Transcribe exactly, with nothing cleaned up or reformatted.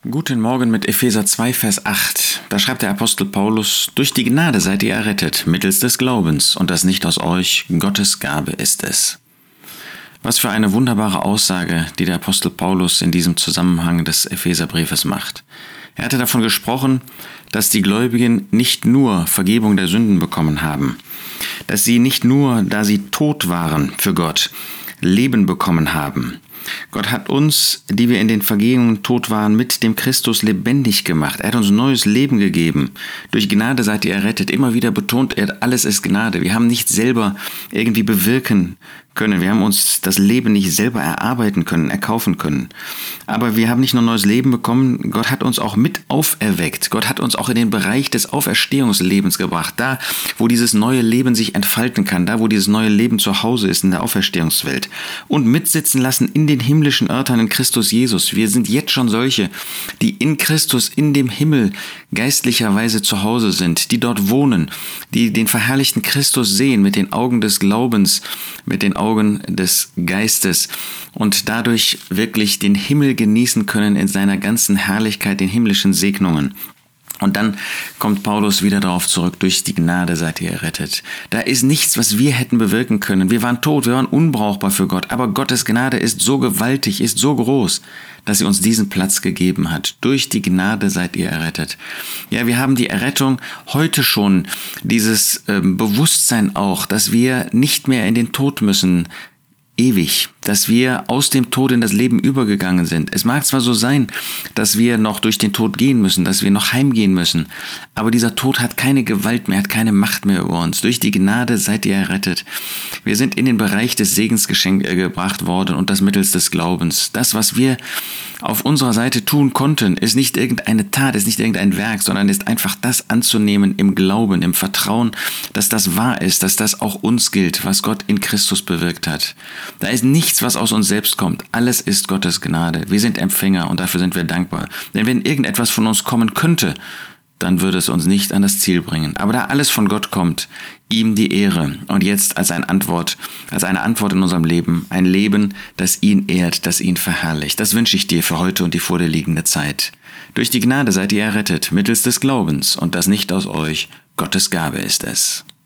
Guten Morgen mit Epheser zwei, Vers acht. Da schreibt der Apostel Paulus: Durch die Gnade seid ihr errettet, mittels des Glaubens, und das nicht aus euch, Gottes Gabe ist es. Was für eine wunderbare Aussage, die der Apostel Paulus in diesem Zusammenhang des Epheserbriefes macht. Er hatte davon gesprochen, dass die Gläubigen nicht nur Vergebung der Sünden bekommen haben, dass sie nicht nur, da sie tot waren für Gott, Leben bekommen haben. Gott hat uns, die wir in den Vergehungen tot waren, mit dem Christus lebendig gemacht. Er hat uns neues Leben gegeben. Durch Gnade seid ihr errettet. Immer wieder betont er, alles ist Gnade. Wir haben nicht selber irgendwie bewirken können. Wir haben uns das Leben nicht selber erarbeiten können, erkaufen können. Aber wir haben nicht nur neues Leben bekommen, Gott hat uns auch mit auferweckt. Gott hat uns auch in den Bereich des Auferstehungslebens gebracht. Da, wo dieses neue Leben sich entfalten kann, da, wo dieses neue Leben zu Hause ist in der Auferstehungswelt. Und mitsitzen lassen in den himmlischen Örtern in Christus Jesus. Wir sind jetzt schon solche, die in Christus in dem Himmel geistlicherweise zu Hause sind, die dort wohnen, die den verherrlichten Christus sehen mit den Augen des Glaubens, mit den Augen des Geistes und dadurch wirklich den Himmel genießen können in seiner ganzen Herrlichkeit, den himmlischen Segnungen. Und dann kommt Paulus wieder darauf zurück: Durch die Gnade seid ihr errettet. Da ist nichts, was wir hätten bewirken können. Wir waren tot, wir waren unbrauchbar für Gott. Aber Gottes Gnade ist so gewaltig, ist so groß, dass sie uns diesen Platz gegeben hat. Durch die Gnade seid ihr errettet. Ja, wir haben die Errettung heute schon, dieses äh, Bewusstsein auch, dass wir nicht mehr in den Tod müssen, ewig, dass wir aus dem Tod in das Leben übergegangen sind. Es mag zwar so sein, dass wir noch durch den Tod gehen müssen, dass wir noch heimgehen müssen, aber dieser Tod hat keine Gewalt mehr, hat keine Macht mehr über uns. Durch die Gnade seid ihr errettet. Wir sind in den Bereich des Segens geschenkt, äh, gebracht worden und das mittels des Glaubens. Das, was wir auf unserer Seite tun konnten, ist nicht irgendeine Tat, ist nicht irgendein Werk, sondern ist einfach das anzunehmen im Glauben, im Vertrauen, dass das wahr ist, dass das auch uns gilt, was Gott in Christus bewirkt hat. Da ist nichts, was aus uns selbst kommt. Alles ist Gottes Gnade. Wir sind Empfänger und dafür sind wir dankbar. Denn wenn irgendetwas von uns kommen könnte, dann würde es uns nicht an das Ziel bringen. Aber da alles von Gott kommt, ihm die Ehre. Und jetzt als eine Antwort, als eine Antwort in unserem Leben, ein Leben, das ihn ehrt, das ihn verherrlicht. Das wünsche ich dir für heute und die vor dir liegende Zeit. Durch die Gnade seid ihr errettet, mittels des Glaubens, und das nicht aus euch, Gottes Gabe ist es.